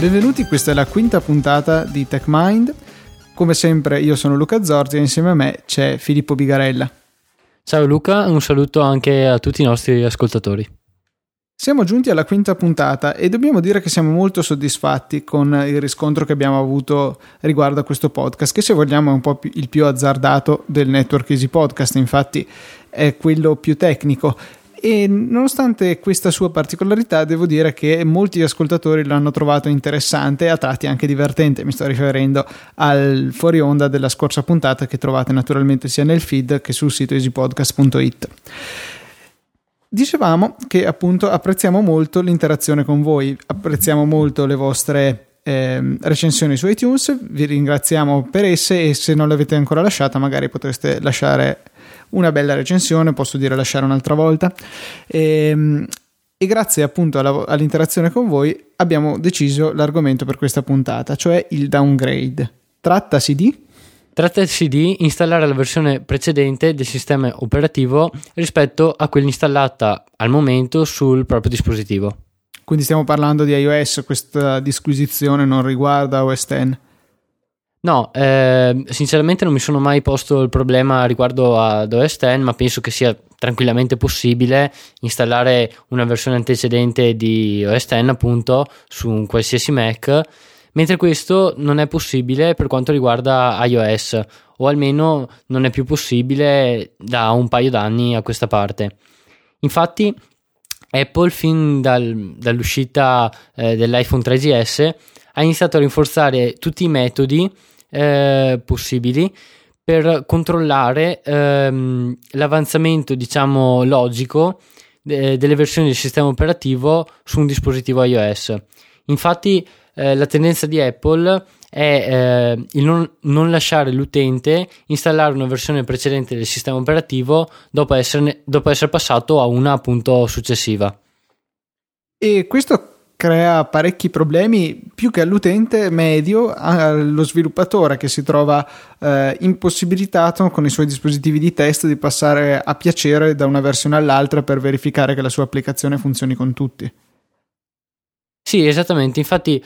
Benvenuti, questa è la quinta puntata di TechMind. Come sempre io sono Luca Zorzi e insieme a me c'è Filippo Bigarella. Ciao Luca, un saluto anche a tutti i nostri ascoltatori. Siamo giunti alla quinta puntata e dobbiamo dire che siamo molto soddisfatti con il riscontro che abbiamo avuto riguardo a questo podcast, che se vogliamo è un po' il più azzardato del network Easy Podcast, infatti è quello più tecnico. E nonostante questa sua particolarità devo dire che molti ascoltatori l'hanno trovato interessante e a tratti anche divertente. Mi sto riferendo al fuori onda della scorsa puntata, che trovate naturalmente sia nel feed che sul sito easypodcast.it. Dicevamo che appunto apprezziamo molto l'interazione con voi, apprezziamo molto le vostre recensioni su iTunes, vi ringraziamo per esse e se non l'avete ancora lasciata magari potreste lasciare una bella recensione, posso dire lasciare un'altra volta, e grazie appunto all'interazione con voi abbiamo deciso l'argomento per questa puntata, cioè il downgrade. Trattasi di installare la versione precedente del sistema operativo rispetto a quella installata al momento sul proprio dispositivo. Quindi stiamo parlando di iOS, questa disquisizione non riguarda OS X? No, sinceramente non mi sono mai posto il problema riguardo ad OS X, ma penso che sia tranquillamente possibile installare una versione antecedente di OS X appunto su un qualsiasi Mac, mentre questo non è possibile per quanto riguarda iOS, o almeno non è più possibile da un paio d'anni a questa parte. Infatti Apple fin dall'uscita dell'iPhone 3GS ha iniziato a rinforzare tutti i metodi possibili per controllare l'avanzamento, diciamo, logico delle versioni del sistema operativo su un dispositivo iOS. Infatti la tendenza di Apple è il non lasciare l'utente installare una versione precedente del sistema operativo dopo essere passato a una appunto successiva. E questo crea parecchi problemi, più che all'utente medio, allo sviluppatore che si trova impossibilitato con i suoi dispositivi di test di passare a piacere da una versione all'altra per verificare che la sua applicazione funzioni con tutti. Sì, esattamente. Infatti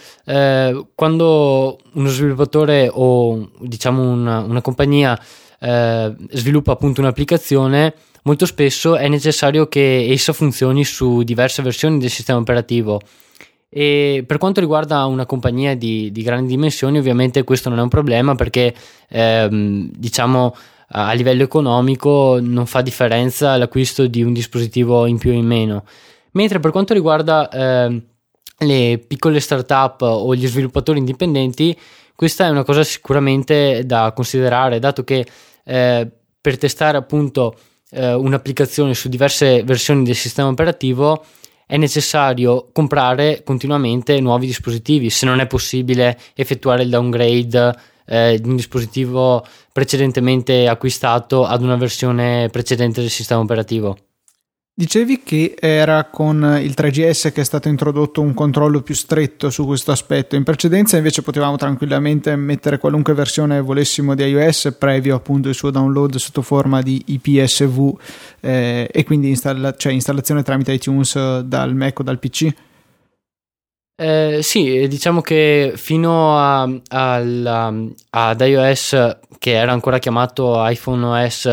quando uno sviluppatore o diciamo una compagnia sviluppa appunto un'applicazione, molto spesso è necessario che essa funzioni su diverse versioni del sistema operativo. E per quanto riguarda una compagnia di grandi dimensioni, ovviamente questo non è un problema, perché diciamo a livello economico non fa differenza l'acquisto di un dispositivo in più o in meno, mentre per quanto riguarda le piccole startup o gli sviluppatori indipendenti, questa è una cosa sicuramente da considerare, dato che per testare appunto un'applicazione su diverse versioni del sistema operativo è necessario comprare continuamente nuovi dispositivi, se non è possibile effettuare il downgrade di un dispositivo precedentemente acquistato ad una versione precedente del sistema operativo. Dicevi che era con il 3GS che è stato introdotto un controllo più stretto su questo aspetto. In precedenza invece potevamo tranquillamente mettere qualunque versione volessimo di iOS previo appunto il suo download sotto forma di IPSV e quindi installazione tramite iTunes dal Mac o dal PC? Sì, diciamo che fino ad iOS, che era ancora chiamato iPhone OS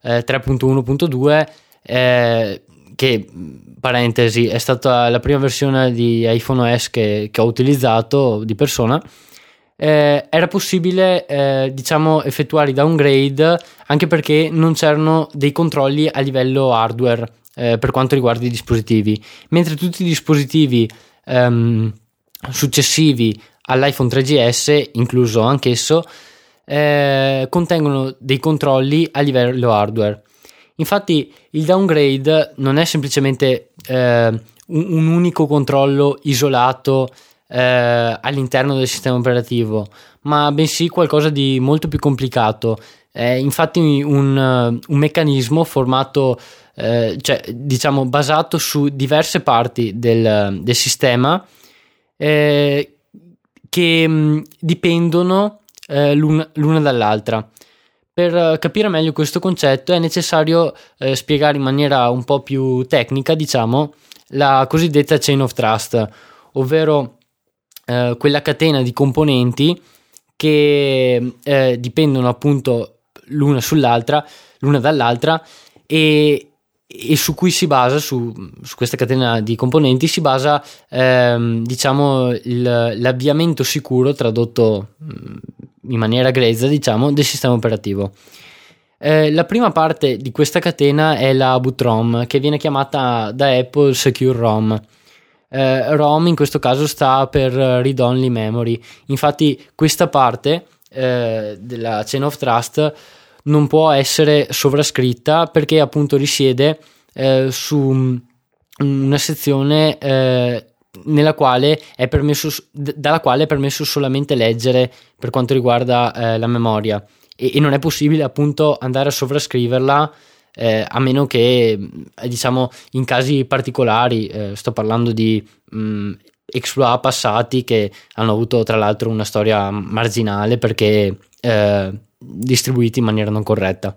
3.1.2, che parentesi è stata la prima versione di iPhone OS che ho utilizzato di persona, era possibile diciamo effettuare i downgrade, anche perché non c'erano dei controlli a livello hardware per quanto riguarda i dispositivi, mentre tutti i dispositivi successivi all'iPhone 3GS, incluso anch'esso, contengono dei controlli a livello hardware. Infatti il downgrade non è semplicemente un unico controllo isolato all'interno del sistema operativo, ma bensì qualcosa di molto più complicato. Infatti un meccanismo formato, diciamo basato su diverse parti del sistema che dipendono l'una dall'altra. Per capire meglio questo concetto è necessario spiegare in maniera un po' più tecnica, diciamo, la cosiddetta chain of trust, ovvero quella catena di componenti che dipendono appunto l'una dall'altra e su cui si basa, su questa catena di componenti si basa diciamo l'avviamento sicuro, tradotto in maniera grezza, diciamo, del sistema operativo. La prima parte di questa catena è la boot ROM, che viene chiamata da Apple Secure ROM. ROM in questo caso sta per Read Only Memory. Infatti questa parte della Chain of Trust non può essere sovrascritta perché appunto risiede su una sezione dalla quale è permesso solamente leggere per quanto riguarda la memoria, e non è possibile appunto andare a sovrascriverla a meno che diciamo in casi particolari. Sto parlando di exploit passati che hanno avuto tra l'altro una storia marginale perché distribuiti in maniera non corretta.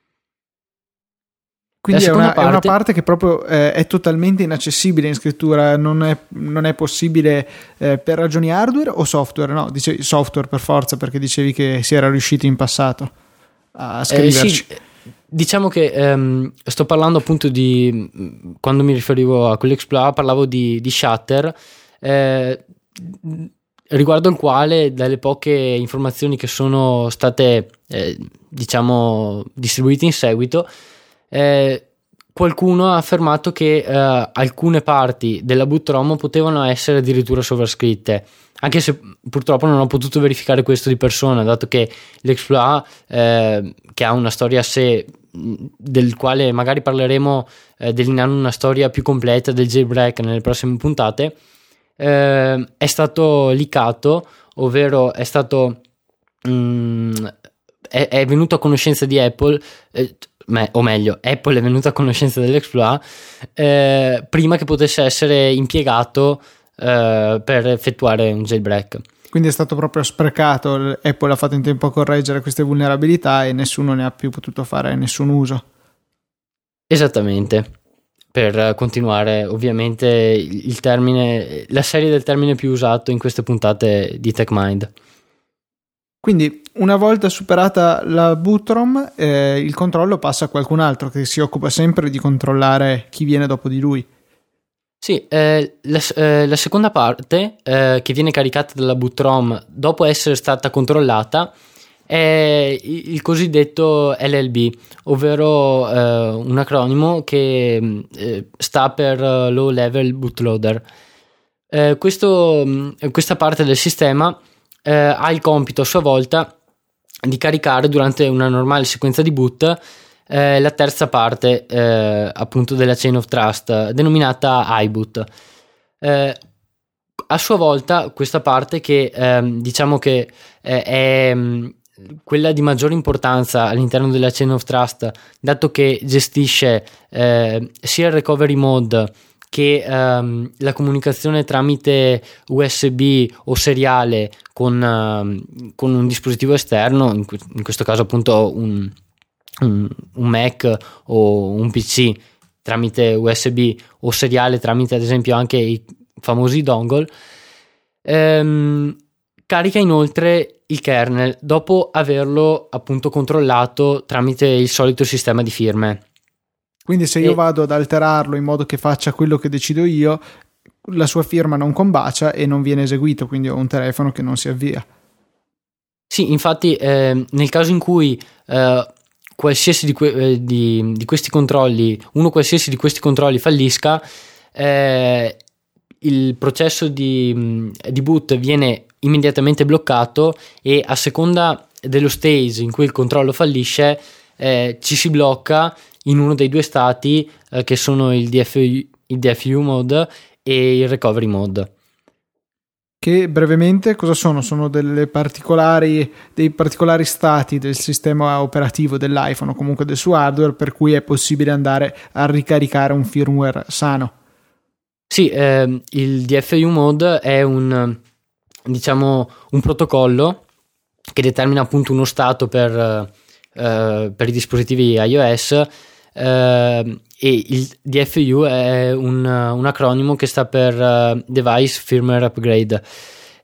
Quindi è una parte che proprio è totalmente inaccessibile in scrittura, non è possibile per ragioni hardware o software? No, dicevi software per forza, perché dicevi che si era riusciti in passato a scriverci. Sì, diciamo che sto parlando appunto di, quando mi riferivo a quell'exploit parlavo di Shutter, riguardo al quale dalle poche informazioni che sono state diciamo distribuite in seguito, qualcuno ha affermato che alcune parti della boot ROM potevano essere addirittura sovrascritte, anche se purtroppo non ho potuto verificare questo di persona, dato che l'exploit che ha una storia a sé, del quale magari parleremo delineando una storia più completa del jailbreak nelle prossime puntate, è stato leakato, ovvero è stato è venuto a conoscenza di Apple, o meglio, Apple è venuta a conoscenza dell'exploit prima che potesse essere impiegato per effettuare un jailbreak. Quindi è stato proprio sprecato, Apple ha fatto in tempo a correggere queste vulnerabilità e nessuno ne ha più potuto fare nessun uso. Esattamente, per continuare ovviamente il termine, la serie del termine più usato in queste puntate di TechMind. Quindi una volta superata la boot ROM, il controllo passa a qualcun altro che si occupa sempre di controllare chi viene dopo di lui. Sì, la seconda parte che viene caricata dalla boot ROM dopo essere stata controllata è il cosiddetto LLB, ovvero un acronimo che sta per Low Level Bootloader. Questa parte del sistema ha il compito a sua volta di caricare durante una normale sequenza di boot la terza parte appunto della Chain of Trust, denominata iBoot. A sua volta questa parte, che diciamo che è quella di maggiore importanza all'interno della Chain of Trust, dato che gestisce sia il recovery mode che la comunicazione tramite USB o seriale con un dispositivo esterno, in questo caso appunto un Mac o un PC tramite USB o seriale tramite ad esempio anche i famosi dongle. Carica inoltre il kernel dopo averlo appunto controllato tramite il solito sistema di firme. Quindi se io vado ad alterarlo in modo che faccia quello che decido io, la sua firma non combacia e non viene eseguito, quindi ho un telefono che non si avvia. Sì, infatti nel caso in cui qualsiasi di questi controlli, uno qualsiasi di questi controlli fallisca, il processo di boot viene immediatamente bloccato e a seconda dello stage in cui il controllo fallisce ci si blocca in uno dei due stati che sono il DFU mode e il recovery mode. Che brevemente cosa sono? Sono dei particolari stati del sistema operativo dell'iPhone o comunque del suo hardware per cui è possibile andare a ricaricare un firmware sano. Sì, il DFU mode è un protocollo che determina appunto uno stato per i dispositivi iOS, e il DFU è un acronimo che sta per Device Firmware Upgrade.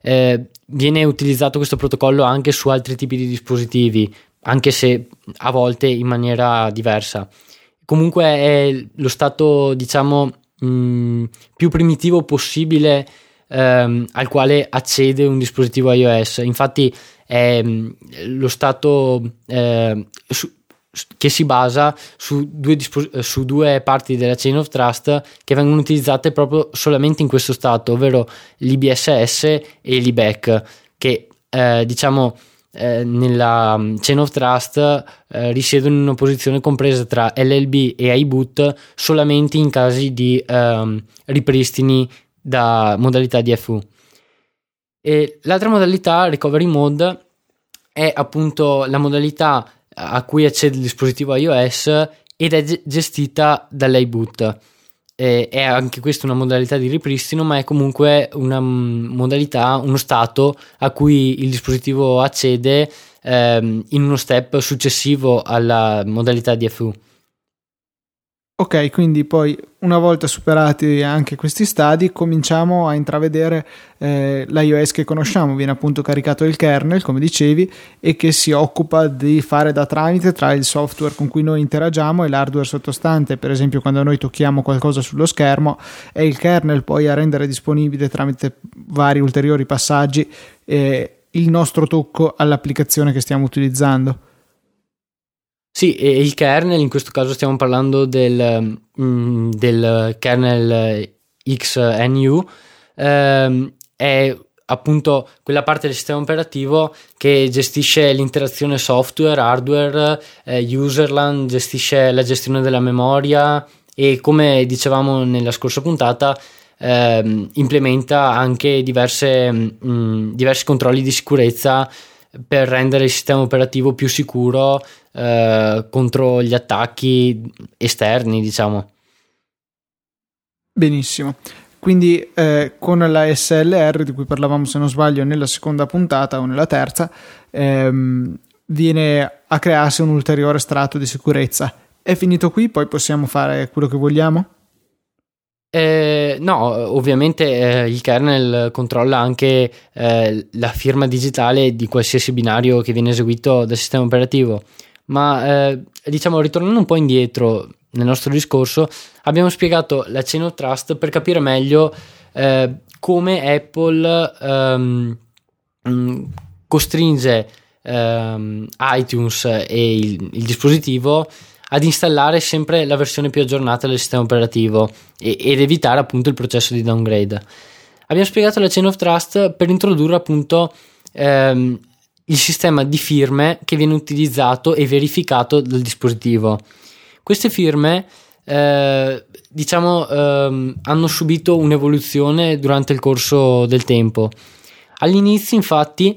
viene utilizzato questo protocollo anche su altri tipi di dispositivi, anche se a volte in maniera diversa. Comunque è lo stato, diciamo, più primitivo possibile al quale accede un dispositivo iOS. Infatti è lo stato che si basa su due parti della Chain of Trust che vengono utilizzate proprio solamente in questo stato, ovvero l'IBSS e l'IBEC, che diciamo nella Chain of Trust risiedono in una posizione compresa tra LLB e iBoot solamente in casi di ripristini da modalità DFU. E l'altra modalità, Recovery Mode, è appunto la modalità a cui accede il dispositivo iOS ed è gestita dall'iBoot. È anche questa una modalità di ripristino, ma è comunque una modalità, uno stato a cui il dispositivo accede in uno step successivo alla modalità DFU. Ok, quindi poi una volta superati anche questi stadi cominciamo a intravedere l'iOS che conosciamo. Viene appunto caricato il kernel, come dicevi, e che si occupa di fare da tramite tra il software con cui noi interagiamo e l'hardware sottostante. Per esempio, quando noi tocchiamo qualcosa sullo schermo, è il kernel poi a rendere disponibile tramite vari ulteriori passaggi il nostro tocco all'applicazione che stiamo utilizzando. Sì, e il kernel, in questo caso stiamo parlando del kernel XNU, è appunto quella parte del sistema operativo che gestisce l'interazione software-hardware, userland, gestisce la gestione della memoria e, come dicevamo nella scorsa puntata, implementa anche diversi controlli di sicurezza per rendere il sistema operativo più sicuro contro gli attacchi esterni, diciamo. Benissimo. Quindi con la SLR, di cui parlavamo se non sbaglio nella seconda puntata o nella terza, viene a crearsi un ulteriore strato di sicurezza. È finito qui? Poi possiamo fare quello che vogliamo? No, ovviamente il kernel controlla anche la firma digitale di qualsiasi binario che viene eseguito dal sistema operativo, ma diciamo, ritornando un po' indietro nel nostro discorso, abbiamo spiegato la Chain of Trust per capire meglio come Apple costringe iTunes e il dispositivo ad installare sempre la versione più aggiornata del sistema operativo ed evitare appunto il processo di downgrade. Abbiamo spiegato la Chain of Trust per introdurre appunto il sistema di firme che viene utilizzato e verificato dal dispositivo. Queste firme hanno subito un'evoluzione durante il corso del tempo. All'inizio, infatti,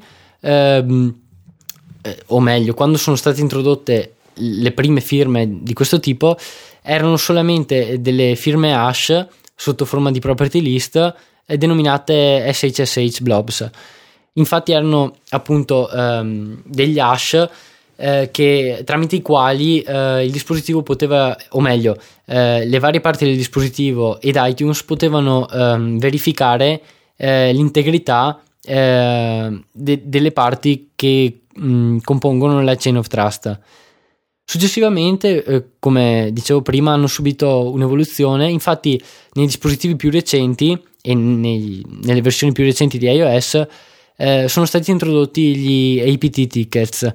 o meglio, quando sono state introdotte le prime firme di questo tipo, erano solamente delle firme hash sotto forma di property list denominate SHSH blobs. Infatti erano appunto degli hash che tramite i quali il dispositivo poteva, o meglio, le varie parti del dispositivo ed iTunes potevano verificare l'integrità delle parti che compongono la Chain of Trust. Successivamente, come dicevo prima, hanno subito un'evoluzione. Infatti nei dispositivi più recenti e nelle versioni più recenti di iOS sono stati introdotti gli APT tickets.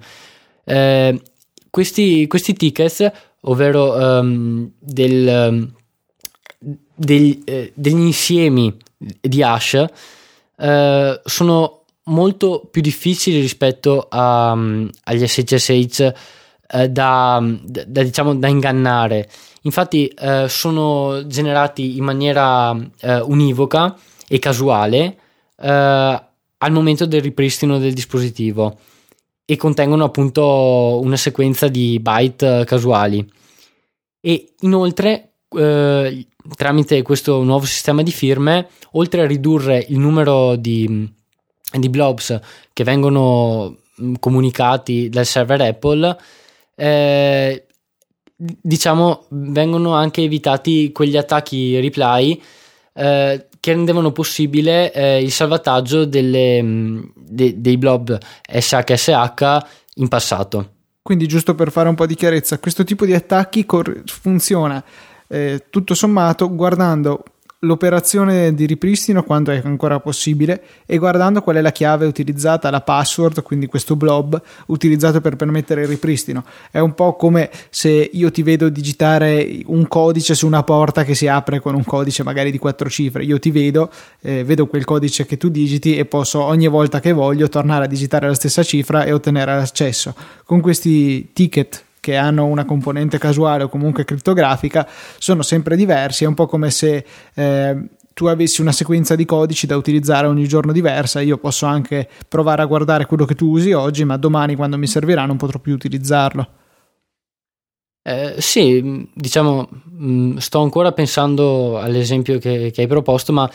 Questi tickets, ovvero degli insiemi di hash, sono molto più difficili rispetto agli SSH da ingannare. Infatti sono generati in maniera univoca e casuale al momento del ripristino del dispositivo e contengono appunto una sequenza di byte casuali. E inoltre tramite questo nuovo sistema di firme, oltre a ridurre il numero di blobs che vengono comunicati dal server Apple, vengono anche evitati quegli attacchi reply che rendevano possibile il salvataggio dei blob SHSH in passato. Quindi, giusto per fare un po' di chiarezza, questo tipo di attacchi funziona tutto sommato guardando l'operazione di ripristino quando è ancora possibile e guardando qual è la chiave utilizzata, la password, quindi questo blob utilizzato per permettere il ripristino. È un po' come se io ti vedo digitare un codice su una porta che si apre con un codice magari di 4 cifre. Io ti vedo, vedo quel codice che tu digiti e posso ogni volta che voglio tornare a digitare la stessa cifra e ottenere l'accesso. Con questi ticket che hanno una componente casuale o comunque crittografica sono sempre diversi. È un po' come se tu avessi una sequenza di codici da utilizzare ogni giorno diversa. Io posso anche provare a guardare quello che tu usi oggi, ma domani, quando mi servirà, non potrò più utilizzarlo. Sì, diciamo, sto ancora pensando all'esempio che hai proposto, ma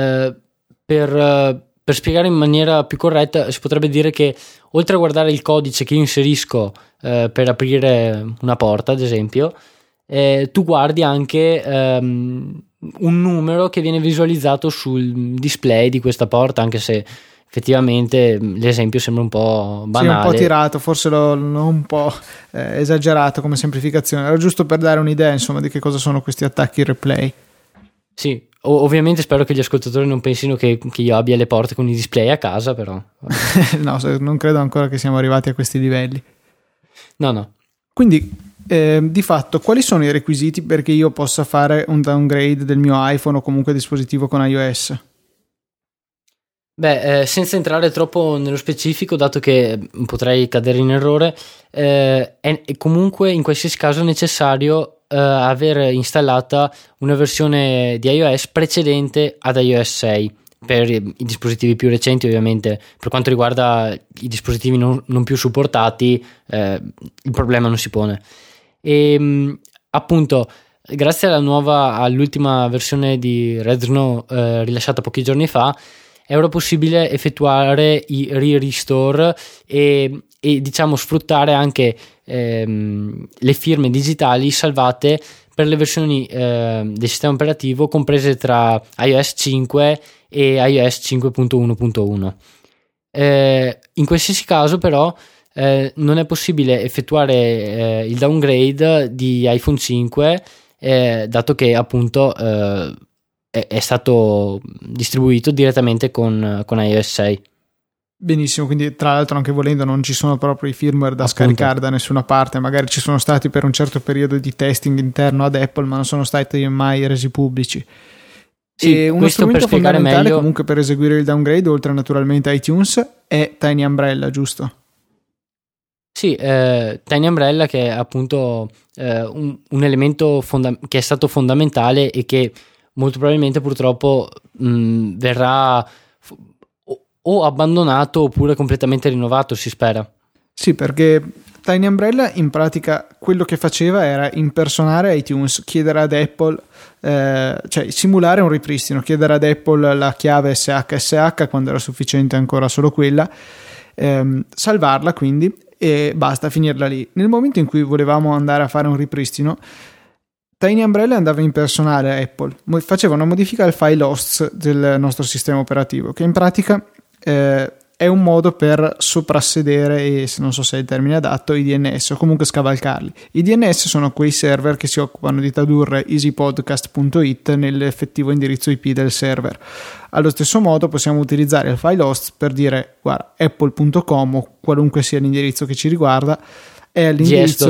per spiegare in maniera più corretta si potrebbe dire che oltre a guardare il codice che io inserisco per aprire una porta, ad esempio, tu guardi anche un numero che viene visualizzato sul display di questa porta, anche se effettivamente l'esempio sembra un po' banale. Sì, un po' tirato, forse l'ho un po' esagerato come semplificazione. Era giusto per dare un'idea, insomma, di che cosa sono questi attacchi replay. Sì, ovviamente spero che gli ascoltatori non pensino che io abbia le porte con i display a casa, però. No, non credo ancora che siamo arrivati a questi livelli. No. Quindi, di fatto, quali sono i requisiti perché io possa fare un downgrade del mio iPhone o comunque dispositivo con iOS? Beh, senza entrare troppo nello specifico, dato che potrei cadere in errore, è comunque in qualsiasi caso necessario aver installata una versione di iOS precedente ad iOS 6 per i dispositivi più recenti. Ovviamente per quanto riguarda i dispositivi non più supportati il problema non si pone. E appunto grazie all'ultima versione di Redsn rilasciata pochi giorni fa è ora possibile effettuare i restore e diciamo sfruttare anche le firme digitali salvate per le versioni del sistema operativo comprese tra iOS 5 e iOS 5.1.1. In qualsiasi caso però non è possibile effettuare il downgrade di iPhone 5 dato che appunto è stato distribuito direttamente con iOS 6. Benissimo, quindi tra l'altro anche volendo non ci sono proprio i firmware da scaricare da nessuna parte, magari ci sono stati per un certo periodo di testing interno ad Apple, ma non sono stati mai resi pubblici. Sì, e uno strumento per fondamentale meglio, comunque per eseguire il downgrade, oltre naturalmente a iTunes, è Tiny Umbrella, giusto? Sì, Tiny Umbrella, che è appunto un elemento che è stato fondamentale e che molto probabilmente purtroppo verrà o abbandonato oppure completamente rinnovato, si spera. Sì, perché Tiny Umbrella in pratica quello che faceva era impersonare iTunes, chiedere ad Apple, cioè simulare un ripristino, chiedere ad Apple la chiave SHSH quando era sufficiente ancora solo quella, salvarla quindi e basta, finirla lì. Nel momento in cui volevamo andare a fare un ripristino, Tiny Umbrella andava a impersonare Apple, faceva una modifica al file hosts del nostro sistema operativo, che in pratica è un modo per soprassedere, e non so se è il termine adatto, i DNS o comunque scavalcarli. I DNS sono quei server che si occupano di tradurre easypodcast.it nell'effettivo indirizzo IP del server. Allo stesso modo possiamo utilizzare il file host per dire guarda apple.com o qualunque sia l'indirizzo che ci riguarda è l'indirizzo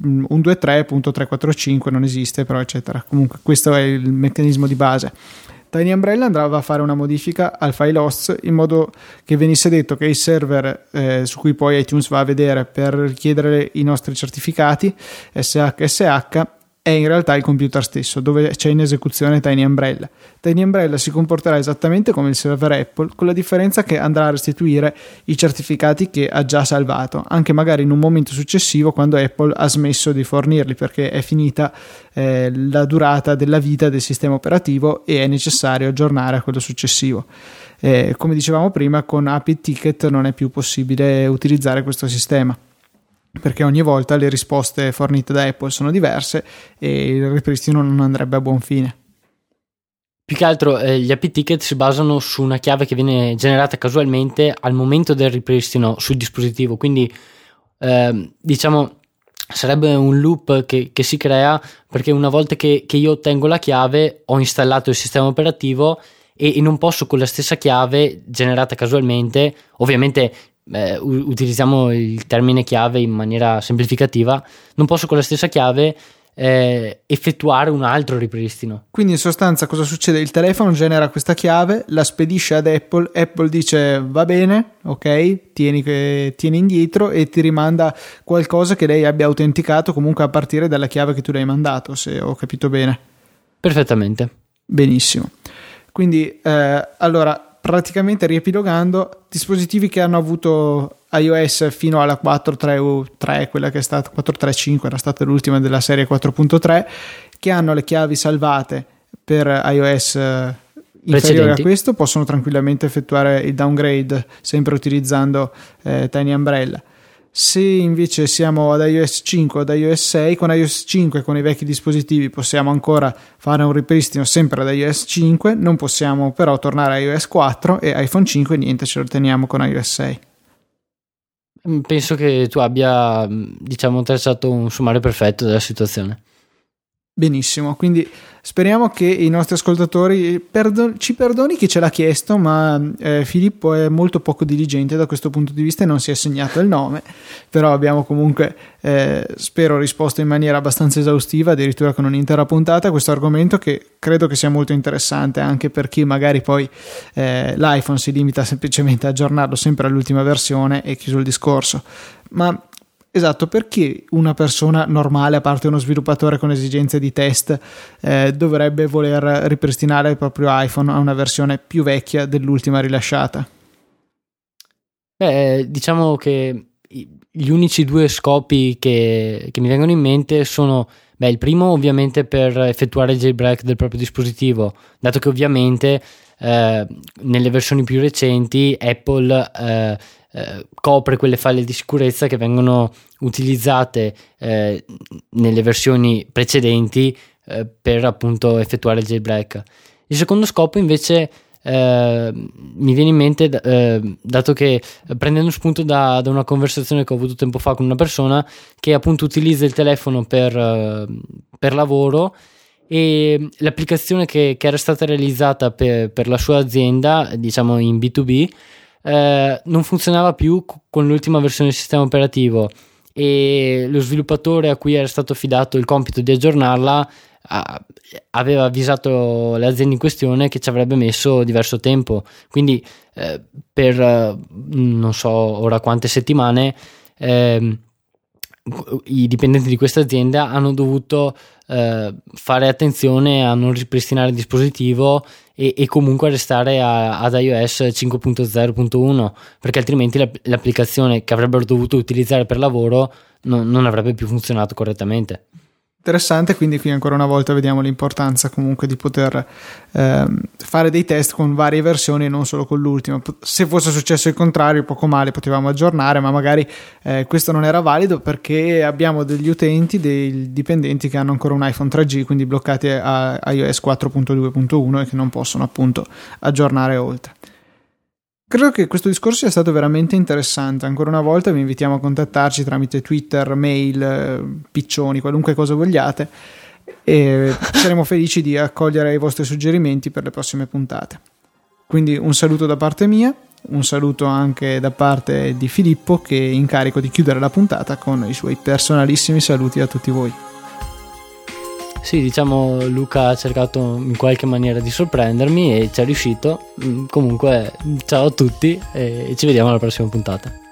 123.345, non esiste però eccetera. Comunque questo è il meccanismo di base. Tiny Umbrella andava a fare una modifica al file host in modo che venisse detto che il server su cui poi iTunes va a vedere per richiedere i nostri certificati SHSH è in realtà il computer stesso dove c'è in esecuzione Tiny Umbrella. Tiny Umbrella si comporterà esattamente come il server Apple, con la differenza che andrà a restituire i certificati che ha già salvato, anche magari in un momento successivo quando Apple ha smesso di fornirli perché è finita la durata della vita del sistema operativo e è necessario aggiornare a quello successivo. Come dicevamo prima, con API Ticket non è più possibile utilizzare questo sistema, perché ogni volta le risposte fornite da Apple sono diverse e il ripristino non andrebbe a buon fine. più che altro gli API ticket si basano su una chiave che viene generata casualmente al momento del ripristino sul dispositivo, quindi diciamo sarebbe un loop che si crea, perché una volta che io ottengo la chiave ho installato il sistema operativo e non posso con la stessa chiave generata casualmente, ovviamente utilizziamo il termine chiave in maniera semplificativa, non posso con la stessa chiave effettuare un altro ripristino. Quindi in sostanza cosa succede? Il telefono genera questa chiave, la spedisce ad Apple, Apple dice va bene, ok, tieni indietro e ti rimanda qualcosa che lei abbia autenticato comunque a partire dalla chiave che tu le hai mandato, se ho capito bene. Perfettamente. Benissimo. Quindi allora praticamente riepilogando, dispositivi che hanno avuto iOS fino alla 4.3, quella che è stata 4.3.5, era stata l'ultima della serie 4.3, che hanno le chiavi salvate per iOS inferiore a questo, possono tranquillamente effettuare il downgrade sempre utilizzando Tiny Umbrella. Se invece siamo ad iOS 5 o ad iOS 6, con iOS 5 con i vecchi dispositivi possiamo ancora fare un ripristino sempre ad iOS 5, non possiamo però tornare a iOS 4 e iPhone 5 niente, ce lo teniamo con iOS 6. Penso che tu abbia, diciamo, tracciato un sommario perfetto della situazione. Benissimo, quindi speriamo che i nostri ascoltatori ci perdoni chi ce l'ha chiesto, ma Filippo è molto poco diligente da questo punto di vista e non si è segnato il nome, però abbiamo comunque spero risposto in maniera abbastanza esaustiva, addirittura con un'intera puntata a questo argomento, che credo che sia molto interessante anche per chi magari poi l'iPhone si limita semplicemente a aggiornarlo sempre all'ultima versione e chiuso il discorso. Ma esatto, perché una persona normale, a parte uno sviluppatore con esigenze di test, dovrebbe voler ripristinare il proprio iPhone a una versione più vecchia dell'ultima rilasciata? Diciamo che gli unici due scopi che mi vengono in mente sono il primo ovviamente per effettuare il jailbreak del proprio dispositivo, dato che ovviamente nelle versioni più recenti Apple copre quelle falle di sicurezza che vengono utilizzate nelle versioni precedenti per appunto effettuare il jailbreak. Il secondo scopo invece mi viene in mente dato che prendendo spunto da una conversazione che ho avuto tempo fa con una persona che appunto utilizza il telefono per lavoro, e l'applicazione che era stata realizzata per la sua azienda, diciamo in B2B, non funzionava più con l'ultima versione del sistema operativo, e lo sviluppatore a cui era stato affidato il compito di aggiornarla aveva avvisato l'azienda in questione che ci avrebbe messo diverso tempo, quindi per non so ora quante settimane i dipendenti di questa azienda hanno dovuto fare attenzione a non ripristinare il dispositivo e comunque a restare ad iOS 5.0.1, perché altrimenti l'applicazione che avrebbero dovuto utilizzare per lavoro non avrebbe più funzionato correttamente. Interessante, quindi qui ancora una volta vediamo l'importanza comunque di poter fare dei test con varie versioni e non solo con l'ultima. Se fosse successo il contrario, poco male, potevamo aggiornare, ma magari questo non era valido perché abbiamo degli utenti, dei dipendenti che hanno ancora un iPhone 3G, quindi bloccati a iOS 4.2.1 e che non possono appunto aggiornare oltre. Credo che questo discorso sia stato veramente interessante. Ancora una volta vi invitiamo a contattarci tramite Twitter, mail, piccioni, qualunque cosa vogliate, e saremo felici di accogliere i vostri suggerimenti per le prossime puntate. Quindi un saluto da parte mia, un saluto anche da parte di Filippo, che è in carico di chiudere la puntata con i suoi personalissimi saluti a tutti voi. Sì, diciamo Luca ha cercato in qualche maniera di sorprendermi e ci è riuscito. Comunque ciao a tutti e ci vediamo alla prossima puntata.